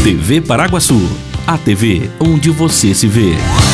TV Paraguaçu, a TV onde você se vê.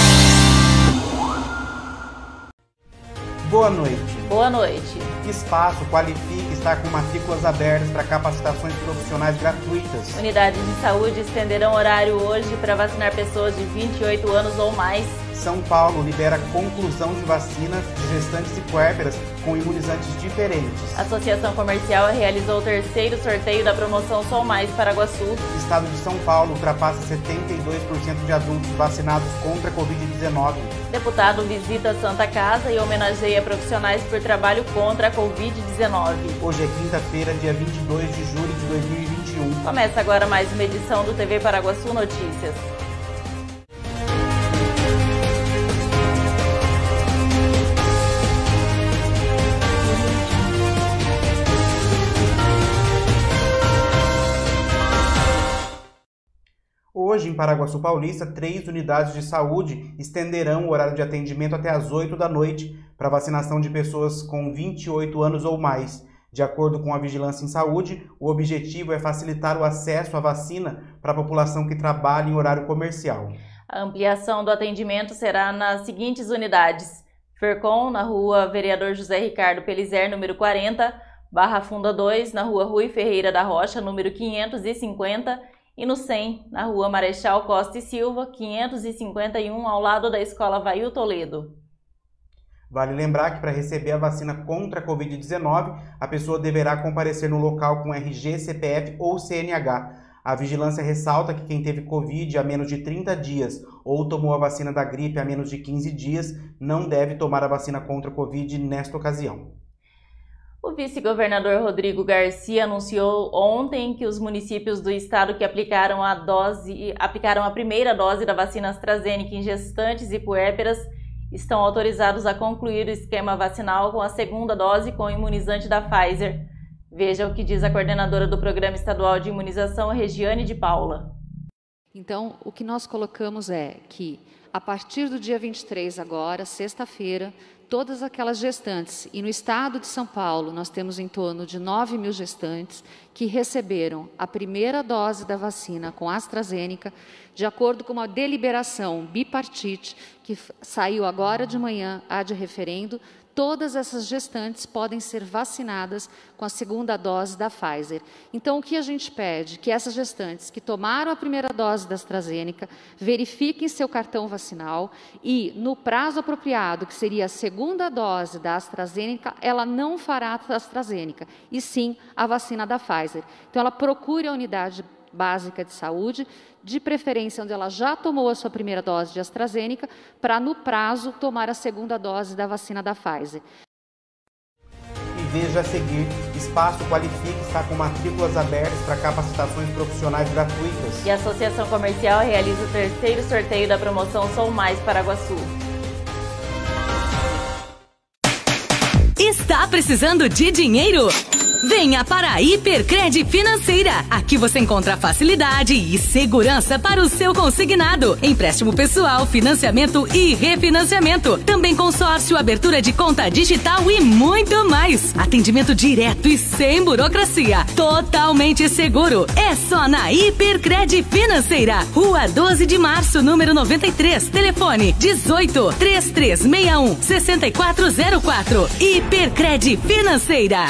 Boa noite. Boa noite. Espaço Qualifique está com matrículas abertas para capacitações profissionais gratuitas. Unidades de saúde estenderão horário hoje para vacinar pessoas de 28 anos ou mais. São Paulo libera conclusão de vacinas de gestantes e puérperas com imunizantes diferentes. A Associação Comercial realizou o terceiro sorteio da promoção Sol Mais Paraguaçu. O estado de São Paulo ultrapassa 72% de adultos vacinados contra a Covid-19. Deputado visita a Santa Casa e homenageia profissionais por trabalho contra a Covid-19. Hoje é quinta-feira, dia 22 de julho de 2021. Começa agora mais uma edição do TV Paraguaçu Notícias. Hoje, em Paraguaçu Paulista, 3 unidades de saúde estenderão o horário de atendimento até às 8 da noite para vacinação de pessoas com 28 anos ou mais. De acordo com a Vigilância em Saúde, o objetivo é facilitar o acesso à vacina para a população que trabalha em horário comercial. A ampliação do atendimento será nas seguintes unidades: Fercom, na rua Vereador José Ricardo Pelizer, número 40, Barra Funda 2, na rua Rui Ferreira da Rocha, número 550, e no SEM, na rua Marechal Costa e Silva, 551, ao lado da Escola Vail Toledo. Vale lembrar que para receber a vacina contra a Covid-19, a pessoa deverá comparecer no local com RG, CPF ou CNH. A vigilância ressalta que quem teve Covid há menos de 30 dias ou tomou a vacina da gripe há menos de 15 dias não deve tomar a vacina contra a Covid nesta ocasião. O vice-governador Rodrigo Garcia anunciou ontem que os municípios do estado que aplicaram a primeira dose da vacina AstraZeneca em gestantes e puérperas estão autorizados a concluir o esquema vacinal com a segunda dose com o imunizante da Pfizer. Veja o que diz a coordenadora do Programa Estadual de Imunização, Regiane de Paula. Então, o que nós colocamos é que, a partir do dia 23 agora, sexta-feira, todas aquelas gestantes, e no estado de São Paulo nós temos em torno de 9 mil gestantes que receberam a primeira dose da vacina com AstraZeneca, de acordo com uma deliberação bipartite que saiu agora de manhã, ad referendo, todas essas gestantes podem ser vacinadas com a segunda dose da Pfizer. Então, o que a gente pede? Que essas gestantes que tomaram a primeira dose da AstraZeneca verifiquem seu cartão vacinal e, no prazo apropriado, que seria a segunda dose da AstraZeneca, ela não fará a AstraZeneca, e sim a vacina da Pfizer. Então, ela procure a unidade básica de saúde, de preferência onde ela já tomou a sua primeira dose de AstraZeneca, para no prazo tomar a segunda dose da vacina da Pfizer. E veja a seguir, Espaço Qualifique está com matrículas abertas para capacitações profissionais gratuitas. E a Associação Comercial realiza o terceiro sorteio da promoção Sol Mais Paraguaçu. Está precisando de dinheiro? Venha para a Hipercred Financeira. Aqui você encontra facilidade e segurança para o seu consignado. Empréstimo pessoal, financiamento e refinanciamento. Também consórcio, abertura de conta digital e muito mais. Atendimento direto e sem burocracia. Totalmente seguro. É só na Hipercred Financeira. Rua 12 de Março, número 93. Telefone 18 3361 6404. Hipercred Financeira.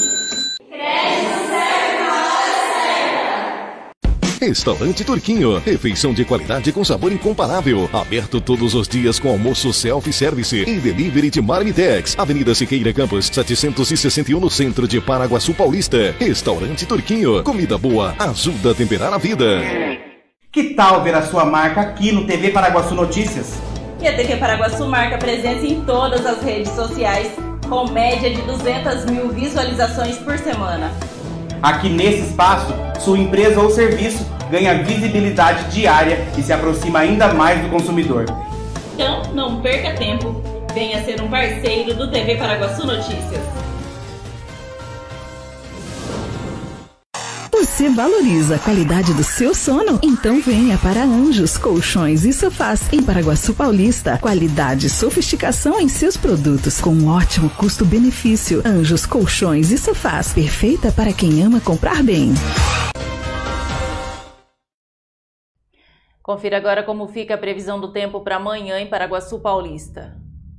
Restaurante Turquinho, refeição de qualidade com sabor incomparável, aberto todos os dias com almoço self-service e delivery de Marmitex, Avenida Siqueira Campos, 761 no centro de Paraguaçu Paulista. Restaurante Turquinho, comida boa ajuda a temperar a vida. Que tal ver a sua marca aqui no TV Paraguaçu Notícias? E a TV Paraguaçu marca presença em todas as redes sociais, com média de 200 mil visualizações por semana. Aqui nesse espaço, sua empresa ou serviço ganha visibilidade diária e se aproxima ainda mais do consumidor. Então, não perca tempo. Venha ser um parceiro do TV Paraguaçu Notícias. Você valoriza a qualidade do seu sono? Então venha para Anjos Colchões e Sofás, em Paraguaçu Paulista. Qualidade e sofisticação em seus produtos, com um ótimo custo-benefício. Anjos Colchões e Sofás, perfeita para quem ama comprar bem. Confira agora como fica a previsão do tempo para amanhã em Paraguaçu Paulista.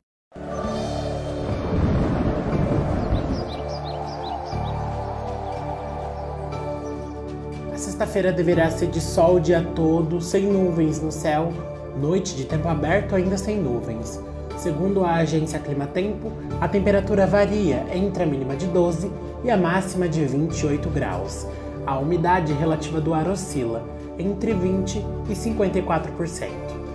A sexta-feira deverá ser de sol o dia todo, sem nuvens no céu. Noite de tempo aberto ainda sem nuvens. Segundo a agência Climatempo, a temperatura varia entre a mínima de 12 e a máxima de 28 graus. A umidade relativa do ar oscila entre 20% e 54%.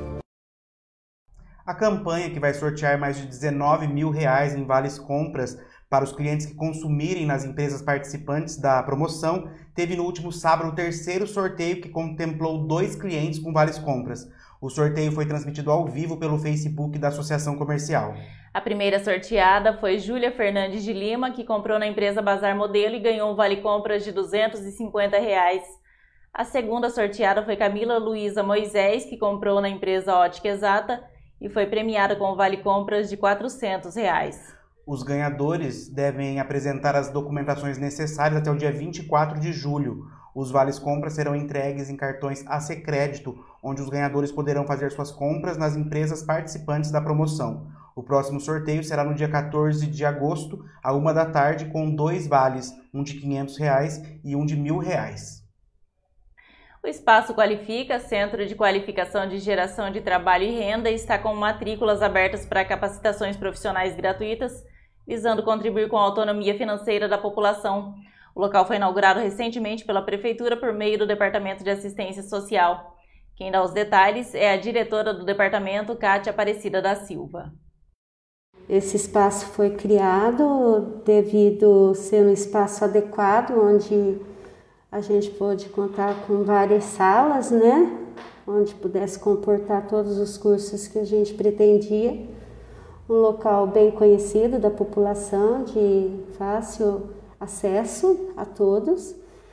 A campanha, que vai sortear mais de R$19 mil em vales compras para os clientes que consumirem nas empresas participantes da promoção, teve no último sábado o terceiro sorteio que contemplou 2 clientes com vales compras. O sorteio foi transmitido ao vivo pelo Facebook da Associação Comercial. A primeira sorteada foi Júlia Fernandes de Lima, que comprou na empresa Bazar Modelo e ganhou um vale compras de R$250. A segunda sorteada foi Camila Luísa Moisés, que comprou na empresa Ótica Exata e foi premiada com um vale compras de R$400. Os ganhadores devem apresentar as documentações necessárias até o dia 24 de julho. Os vales compras serão entregues em cartões AC Crédito, onde os ganhadores poderão fazer suas compras nas empresas participantes da promoção. O próximo sorteio será no dia 14 de agosto, à 1 da tarde, com 2 vales, um de R$500 e um de R$1.000. O Espaço Qualifica, Centro de Qualificação de Geração de Trabalho e Renda, está com matrículas abertas para capacitações profissionais gratuitas, visando contribuir com a autonomia financeira da população. O local foi inaugurado recentemente pela Prefeitura por meio do Departamento de Assistência Social. Quem dá os detalhes é a diretora do departamento, Kátia Aparecida da Silva. Esse espaço foi criado devido ser um espaço adequado, onde a gente pôde contar com várias salas, né? Onde pudesse comportar todos os cursos que a gente pretendia. Um local bem conhecido da população, de fácil acesso a todos.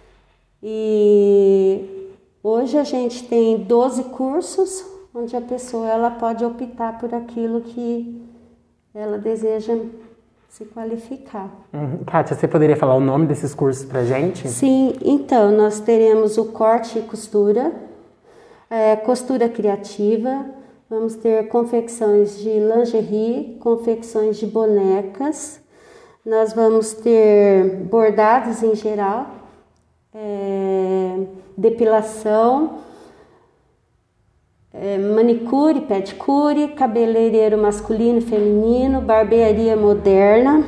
E hoje a gente tem 12 cursos, onde a pessoa ela pode optar por aquilo que ela deseja se qualificar. Kátia, você poderia falar o nome desses cursos pra gente? Sim, então nós teremos o corte e costura, costura criativa, vamos ter confecções de lingerie, confecções de bonecas, nós vamos ter bordados em geral, depilação, manicure, pedicure, cabeleireiro masculino e feminino, barbearia moderna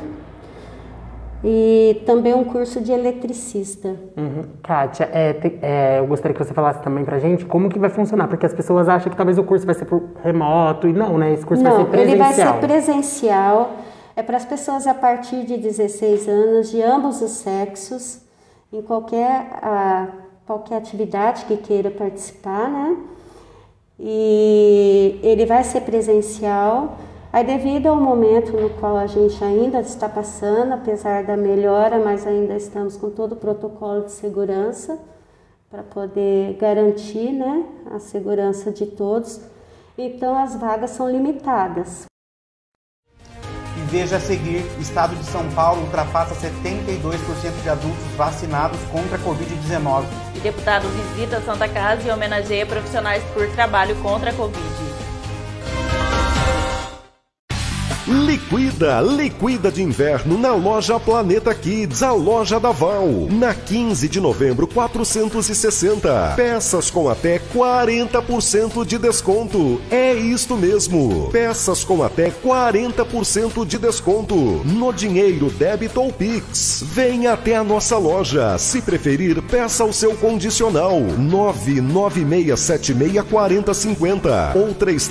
e também um curso de eletricista. Kátia, eu gostaria que você falasse também pra gente como que vai funcionar, porque as pessoas acham que talvez o curso vai ser por remoto e não, né? Esse curso vai ser presencial. Ele vai ser presencial, é para as pessoas a partir de 16 anos, de ambos os sexos, em qualquer atividade que queira participar, né? E ele vai ser presencial, aí devido ao momento no qual a gente ainda está passando, apesar da melhora, mas ainda estamos com todo o protocolo de segurança para poder garantir, né, a segurança de todos, então as vagas são limitadas. E veja a seguir, Estado de São Paulo ultrapassa 72% de adultos vacinados contra a Covid-19. E deputado visita a Santa Casa e homenageia profissionais por trabalho contra a Covid. Liquida de inverno na loja Planeta Kids, a loja da Val. Na 15 de novembro, 460. Peças com até 40% de desconto. É isto mesmo. Peças com até 40% de desconto. No dinheiro, débito ou Pix. Venha até a nossa loja. Se preferir, peça o seu condicional. 996764050 ou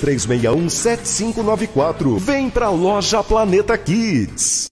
33617594. Vem pra loja Planeta Kids.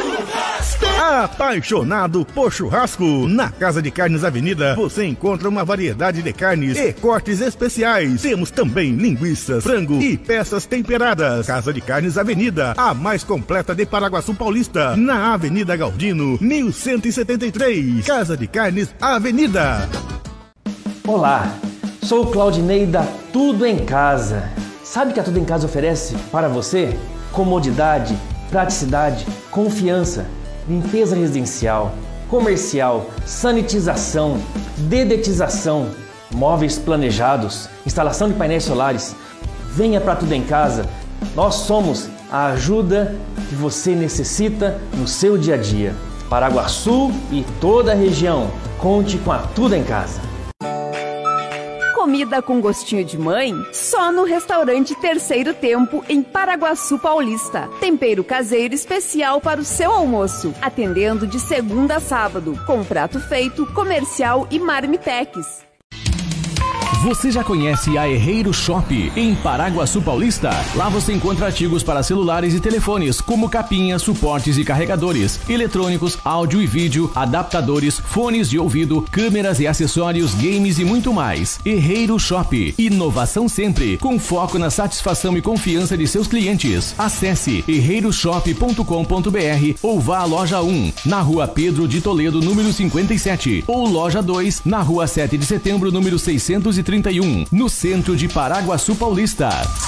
Apaixonado por churrasco? Na Casa de Carnes Avenida você encontra uma variedade de carnes e cortes especiais. Temos também linguiças, frango e peças temperadas. Casa de Carnes Avenida, a mais completa de Paraguaçu Paulista, na Avenida Galdino, 1173. Casa de Carnes Avenida. Olá, sou o Claudinei da Tudo em Casa. Sabe o que a Tudo em Casa oferece para você? Comodidade, praticidade, confiança, limpeza residencial, comercial, sanitização, dedetização, móveis planejados, instalação de painéis solares. Venha para Tudo em Casa. Nós somos a ajuda que você necessita no seu dia a dia. Paraguaçu e toda a região, conte com a Tudo em Casa. Comida com gostinho de mãe? Só no restaurante Terceiro Tempo, em Paraguaçu Paulista. Tempero caseiro especial para o seu almoço. Atendendo de segunda a sábado, com prato feito, comercial e marmitex. Você já conhece a Herreiro Shop, em Paraguaçu Paulista? Lá você encontra artigos para celulares e telefones, como capinhas, suportes e carregadores, eletrônicos, áudio e vídeo, adaptadores, fones de ouvido, câmeras e acessórios, games e muito mais. Herreiro Shop, inovação sempre, com foco na satisfação e confiança de seus clientes. Acesse herreiroshop.com.br ou vá à loja 1, na Rua Pedro de Toledo, número 57, ou loja 2, na Rua 7 de Setembro, número 631, no centro de Paraguaçu Paulista.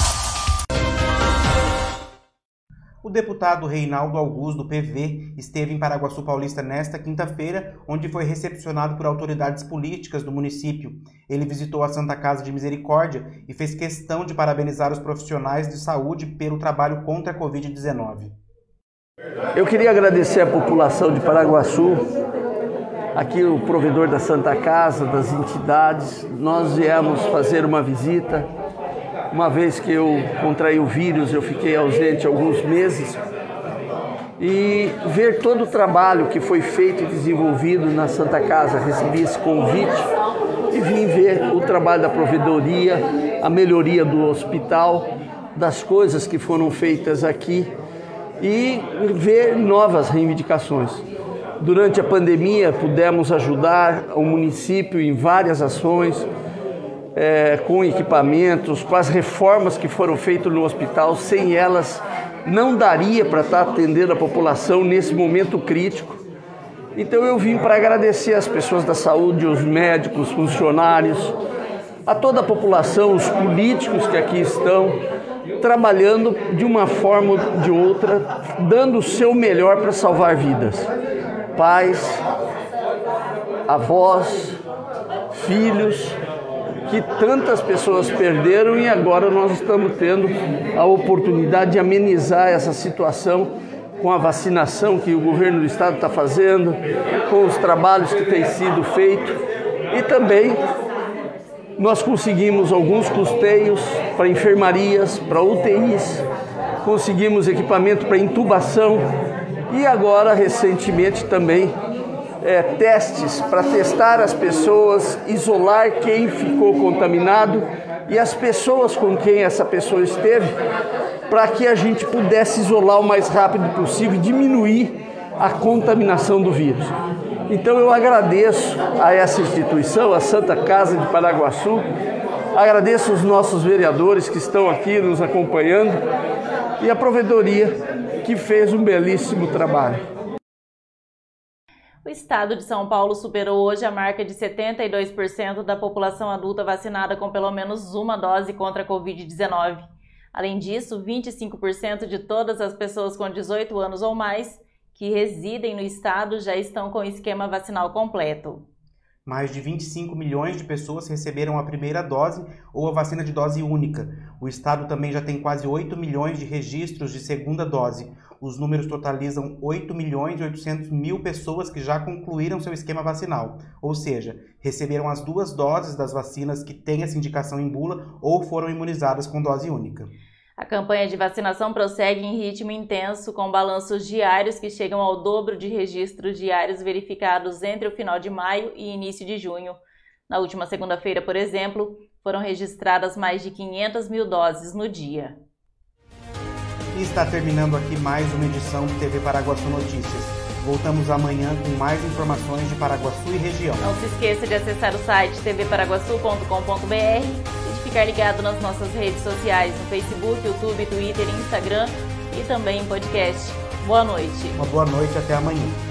O deputado Reinaldo Augusto, do PV, esteve em Paraguaçu Paulista nesta quinta-feira, onde foi recepcionado por autoridades políticas do município. Ele visitou a Santa Casa de Misericórdia e fez questão de parabenizar os profissionais de saúde pelo trabalho contra a Covid-19. Eu queria agradecer à população de Paraguaçu, aqui o provedor da Santa Casa, das entidades. Nós viemos fazer uma visita. Uma vez que eu contraí o vírus, eu fiquei ausente alguns meses. E ver todo o trabalho que foi feito e desenvolvido na Santa Casa, recebi esse convite e vim ver o trabalho da provedoria, a melhoria do hospital, das coisas que foram feitas aqui e ver novas reivindicações. Durante a pandemia, pudemos ajudar o município em várias ações, com equipamentos, com as reformas que foram feitas no hospital. Sem elas, não daria para estar atendendo a população nesse momento crítico. Então eu vim para agradecer as pessoas da saúde, os médicos, os funcionários, a toda a população, os políticos que aqui estão, trabalhando de uma forma ou de outra, dando o seu melhor para salvar vidas. Pais, avós, filhos, que tantas pessoas perderam e agora nós estamos tendo a oportunidade de amenizar essa situação com a vacinação que o governo do estado está fazendo, com os trabalhos que têm sido feitos e também nós conseguimos alguns custeios para enfermarias, para UTIs, conseguimos equipamento para intubação e agora recentemente também testes para testar as pessoas, isolar quem ficou contaminado e as pessoas com quem essa pessoa esteve, para que a gente pudesse isolar o mais rápido possível e diminuir a contaminação do vírus. Então eu agradeço a essa instituição, a Santa Casa de Paraguaçu, agradeço os nossos vereadores que estão aqui nos acompanhando e a provedoria que fez um belíssimo trabalho. O estado de São Paulo superou hoje a marca de 72% da população adulta vacinada com pelo menos uma dose contra a Covid-19. Além disso, 25% de todas as pessoas com 18 anos ou mais que residem no estado já estão com o esquema vacinal completo. Mais de 25 milhões de pessoas receberam a primeira dose ou a vacina de dose única. O estado também já tem quase 8 milhões de registros de segunda dose. Os números totalizam 8.800.000 pessoas que já concluíram seu esquema vacinal, ou seja, receberam as 2 doses das vacinas que têm essa indicação em bula ou foram imunizadas com dose única. A campanha de vacinação prossegue em ritmo intenso, com balanços diários que chegam ao dobro de registros diários verificados entre o final de maio e início de junho. Na última segunda-feira, por exemplo, foram registradas mais de 500.000 doses no dia. E está terminando aqui mais uma edição do TV Paraguaçu Notícias. Voltamos amanhã com mais informações de Paraguaçu e região. Não se esqueça de acessar o site tvparaguaçu.com.br e de ficar ligado nas nossas redes sociais, no Facebook, YouTube, Twitter e Instagram e também em podcast. Boa noite. Uma boa noite, até amanhã.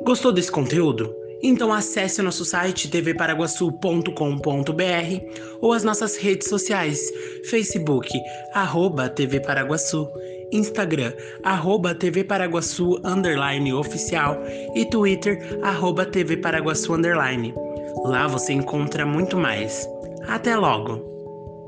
Gostou desse conteúdo? Então acesse o nosso site tvparaguaçu.com.br ou as nossas redes sociais, Facebook, @tvparaguaçu, Instagram, @tvparaguaçu_oficial e Twitter, @tvparaguaçu_. Lá você encontra muito mais. Até logo!